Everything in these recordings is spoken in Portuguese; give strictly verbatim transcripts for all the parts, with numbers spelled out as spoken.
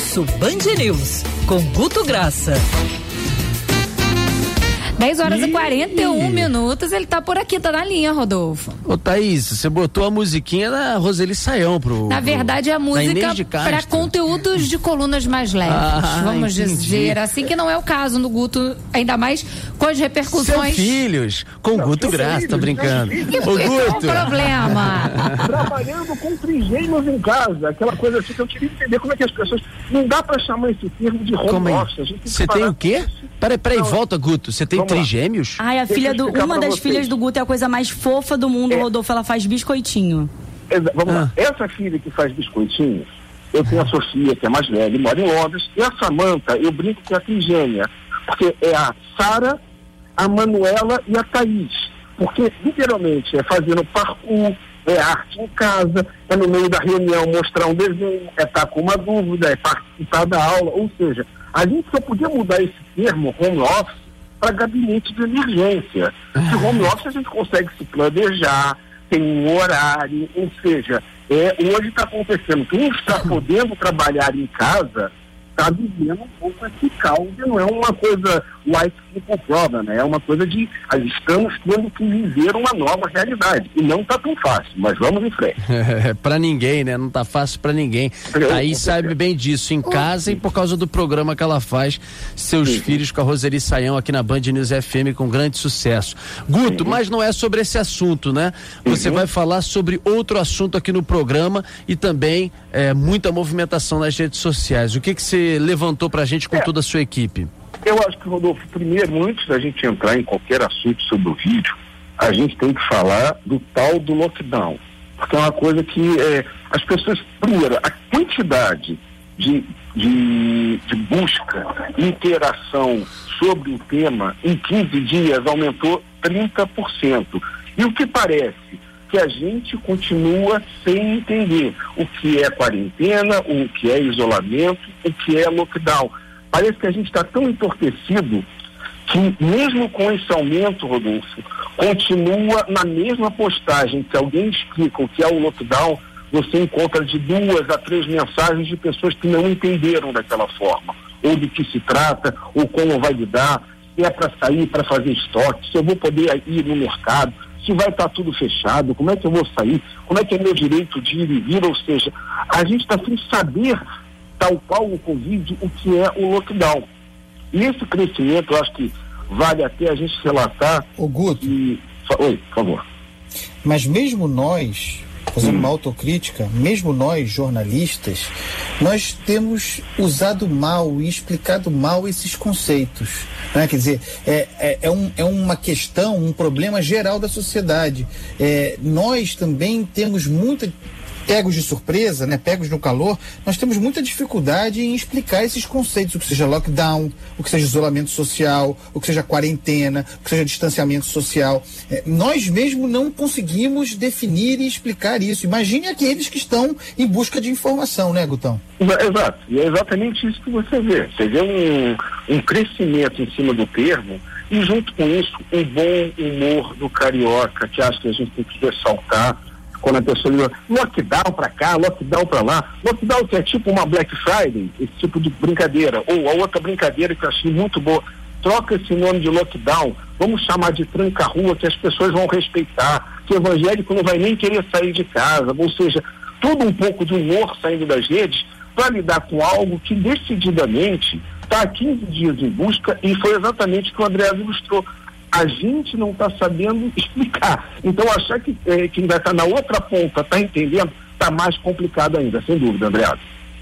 Almoço Band News, com Guto Graça. dez horas e quarenta e um minutos, ele tá por aqui, tá na linha, Rodolfo. Ô Thaís, você botou a musiquinha da Roseli Saião pro... Na verdade, a música para conteúdos de colunas mais leves, ah, vamos entendi. dizer assim, que não é o caso no Guto, ainda mais com as repercussões... Seus filhos, com o Guto Graça, tá brincando. E, Ô, Guto. Qual o problema? Trabalhando com trigêmeos em casa, aquela coisa assim que eu queria entender como é que as pessoas... Não dá pra chamar esse termo de home office. Você tem o quê? Peraí, peraí, volta, Guto, você tem trigêmeos? Ai, a filha do, uma das vocês. filhas do Guto é a coisa mais fofa do mundo, é. Rodolfo, ela faz biscoitinho. Exa- vamos ah. lá, essa filha que faz biscoitinhos, eu tenho a Sofia, que é mais velha, e mora em Londres, e a Samanta, eu brinco que é a trigêmea, porque é a Sara, a Manuela e a Thaís, porque literalmente é fazendo parkour, é arte em casa, é no meio da reunião mostrar um desenho, é estar com uma dúvida, é participar da aula, ou seja, a gente só podia mudar esse termo, home office, para gabinete de emergência. De home office a gente consegue se planejar, tem um horário, ou seja, é, hoje está acontecendo, quem está podendo trabalhar em casa está vivendo um pouco esse caos, não é uma coisa white people problem, né? É uma coisa de, estamos tendo que viver uma nova realidade, e não está tão fácil, mas vamos em frente. É, para ninguém, né? Não tá fácil para ninguém. Eu, Aí sabe bem disso, em casa e por causa do programa que ela faz, Seus Sim. Filhos, com a Roseli Saião aqui na Band News F M, com grande sucesso. Guto, Sim. mas não é sobre esse assunto, né? Você uhum. vai falar sobre outro assunto aqui no programa e também é, muita movimentação nas redes sociais. O que que você levantou pra gente com é. toda a sua equipe? Eu acho que, Rodolfo, primeiro, antes da gente entrar em qualquer assunto sobre o vídeo, a gente tem que falar do tal do lockdown. Porque é uma coisa que é, as pessoas, primeiro, a quantidade de, de, de busca, interação sobre o tema em quinze dias aumentou trinta por cento. E o que parece? Que a gente continua sem entender o que é quarentena, o que é isolamento, o que é lockdown. Parece que a gente está tão entorpecido que mesmo com esse aumento, Rodolfo, continua na mesma postagem que alguém explica o que é o lockdown, você encontra de duas a três mensagens de pessoas que não entenderam daquela forma, ou do que se trata, ou como vai lidar, se é para sair, para fazer estoque, se eu vou poder ir no mercado, se vai estar tudo fechado, como é que eu vou sair, como é que é meu direito de ir e vir, ou seja, a gente está sem saber, tal qual o Covid, o que é o lockdown. E esse crescimento, eu acho que vale até a gente relatar... Ô Guto... E... Oi, por favor. Mas mesmo nós, fazendo hum. uma autocrítica, mesmo nós, jornalistas, nós temos usado mal e explicado mal esses conceitos. Né? Quer dizer, é, é, é, um, é uma questão, um problema geral da sociedade. É, nós também temos muita... pegos de surpresa, né, pegos no calor, nós temos muita dificuldade em explicar esses conceitos, o que seja lockdown, o que seja isolamento social, o que seja quarentena, o que seja distanciamento social. É, nós mesmo não conseguimos definir e explicar isso. Imagine aqueles que estão em busca de informação, né, Gutão? Exato, e é exatamente isso que você vê. Você vê um, um crescimento em cima do termo e junto com isso um bom humor do carioca, que acho que a gente tem que ressaltar. Quando a pessoa liga, lockdown pra cá, lockdown pra lá, lockdown que é tipo uma Black Friday, esse tipo de brincadeira, ou a outra brincadeira que eu achei muito boa, troca esse nome de lockdown, vamos chamar de tranca-rua, que as pessoas vão respeitar, que o evangélico não vai nem querer sair de casa, ou seja, tudo um pouco de humor saindo das redes para lidar com algo que decididamente está há quinze dias em busca, e foi exatamente o que o André ilustrou. A gente não está sabendo explicar. Então, achar que eh, quem vai estar na outra ponta está entendendo, está mais complicado ainda, sem dúvida, André.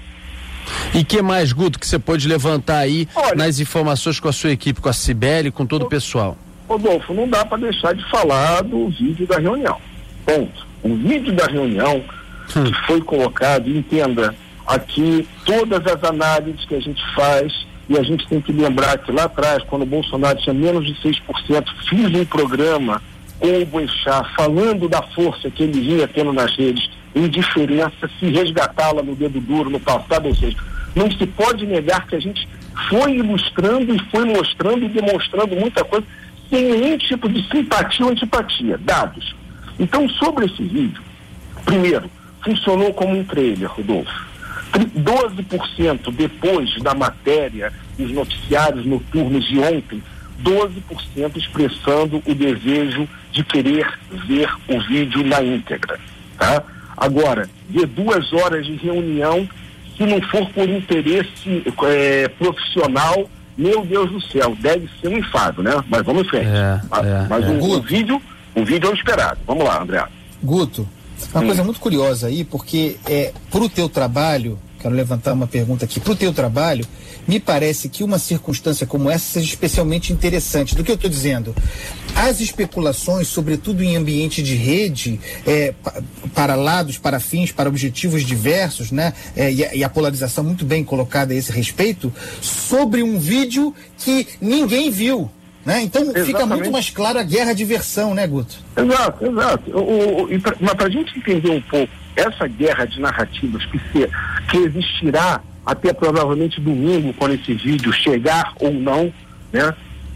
E que mais, Guto, que você pode levantar aí Olha, nas informações com a sua equipe, com a Cibele, com todo o pessoal? Rodolfo, não dá para deixar de falar do vídeo da reunião. Ponto. O vídeo da reunião hum. que foi colocado, entenda, aqui todas as análises que a gente faz. E a gente tem que lembrar que lá atrás, quando o Bolsonaro tinha menos de seis por cento, fiz um programa com o Boechat falando da força que ele vinha tendo nas redes, indiferença, se resgatá-la no dedo duro, no passado, ou seja, não se pode negar que a gente foi ilustrando e foi mostrando e demonstrando muita coisa sem nenhum tipo de simpatia ou antipatia, dados. Então, sobre esse vídeo, primeiro, funcionou como um trailer, Rodolfo. doze por cento depois da matéria dos noticiários noturnos de ontem, doze por cento expressando o desejo de querer ver o vídeo na íntegra, tá? Agora, de duas horas de reunião, se não for por interesse é, profissional, meu Deus do céu, deve ser um enfado, né? Mas vamos em frente. É, é, Mas é. O, o vídeo, o vídeo é o esperado. Vamos lá, André. Guto, uma hum. coisa muito curiosa aí, porque é, pro teu trabalho, quero levantar uma pergunta aqui, pro teu trabalho, me parece que uma circunstância como essa seja especialmente interessante. Do que eu estou dizendo? As especulações, sobretudo em ambiente de rede, é, para lados, para fins, para objetivos diversos, né? É, e, a, e a polarização muito bem colocada a esse respeito, sobre um vídeo que ninguém viu. Né? Então Exatamente. Fica muito mais clara a guerra de versão, né, Guto? Exato, exato. O, o, pra, mas para a gente entender um pouco essa guerra de narrativas que, se, que existirá até provavelmente domingo, quando esse vídeo chegar ou não, né?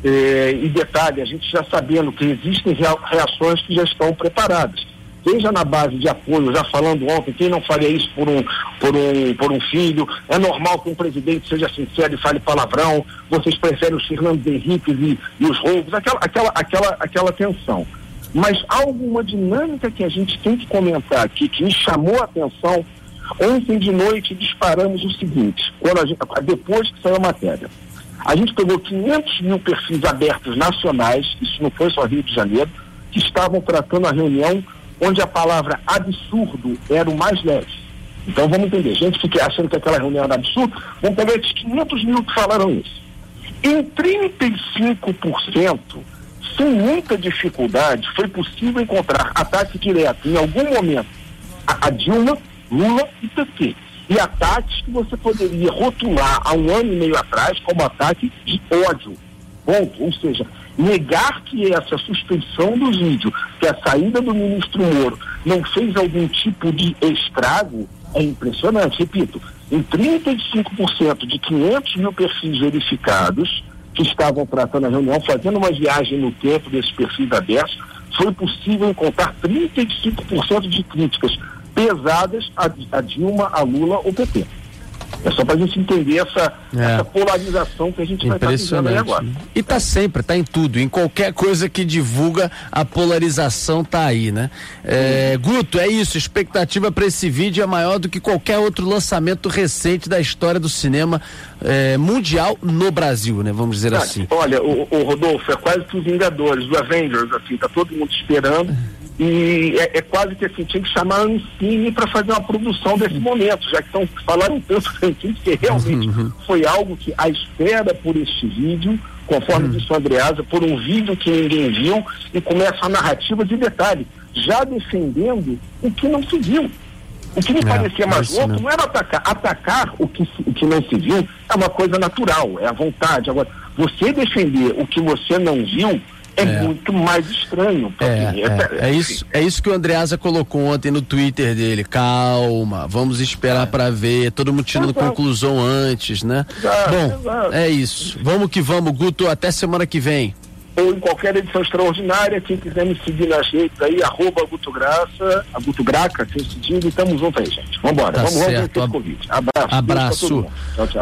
É, e detalhe, a gente já sabendo que existem reações que já estão preparadas, seja na base de apoio, já falando ontem, quem não faria isso por um, por um, por um filho, é normal que um presidente seja sincero e fale palavrão, vocês preferem os Fernando Henriques e, e os roubos, aquela, aquela, aquela, aquela tensão. Mas há alguma dinâmica que a gente tem que comentar aqui, que me chamou a atenção. Ontem de noite disparamos o seguinte, quando a gente, depois que saiu a matéria, a gente pegou quinhentos mil perfis abertos nacionais, isso não foi só Rio de Janeiro, que estavam tratando a reunião onde a palavra absurdo era o mais leve. Então vamos entender, gente fica achando que aquela reunião era absurdo, vamos pegar esses quinhentos mil que falaram isso. Em trinta e cinco por cento, sem muita dificuldade, foi possível encontrar ataque direto em algum momento a, a Dilma, Lula e P T. E ataques que você poderia rotular há um ano e meio atrás como ataque de ódio. Ponto. Ou seja, negar que essa suspensão do vídeo, que a saída do ministro Moro não fez algum tipo de estrago, é impressionante. Repito, em trinta e cinco por cento de quinhentos mil perfis verificados que estavam tratando a reunião, fazendo uma viagem no tempo desses perfis abertos, foi possível encontrar trinta e cinco por cento de críticas pesadas a, a Dilma, a Lula ou P T. É só para a gente entender essa, é. essa polarização que a gente vai estar vivendo aí agora. E tá sempre, tá em tudo, em qualquer coisa que divulga, a polarização tá aí, né? É, Guto, é isso, expectativa para esse vídeo é maior do que qualquer outro lançamento recente da história do cinema é, mundial no Brasil, né? Vamos dizer ah, assim. Olha, o, o Rodolfo, é quase que os Vingadores, os Avengers, assim, tá todo mundo esperando. E é, é quase que assim, tinha que chamar a Ancine para fazer uma produção desse momento, já que estão falaram tanto da Ancine, que realmente uhum. foi algo que a espera por este vídeo, conforme uhum. disse o Andreasa, por um vídeo que ninguém viu, e começa a narrativa de detalhe, já defendendo o que não se viu. O que me é, parecia mais louco não era atacar. Atacar o que, o que não se viu é uma coisa natural, é a vontade. Agora, você defender o que você não viu É, é muito mais estranho. É, é, é, isso, é isso que o Andreasa colocou ontem no Twitter dele. Calma, vamos esperar é. para ver. Todo mundo tirando exato. conclusão antes, né? Exato, Bom, exato. é isso. Vamos que vamos, Guto. Até semana que vem. Ou em qualquer edição extraordinária, quem quiser me seguir nas redes aí, arroba Guto Graça, a Guto Graca, que eu sentindo, e tamo junto aí, gente. Vambora. Tá vamos certo. vamos esse convite. Abraço. Abraço. Tchau, tchau.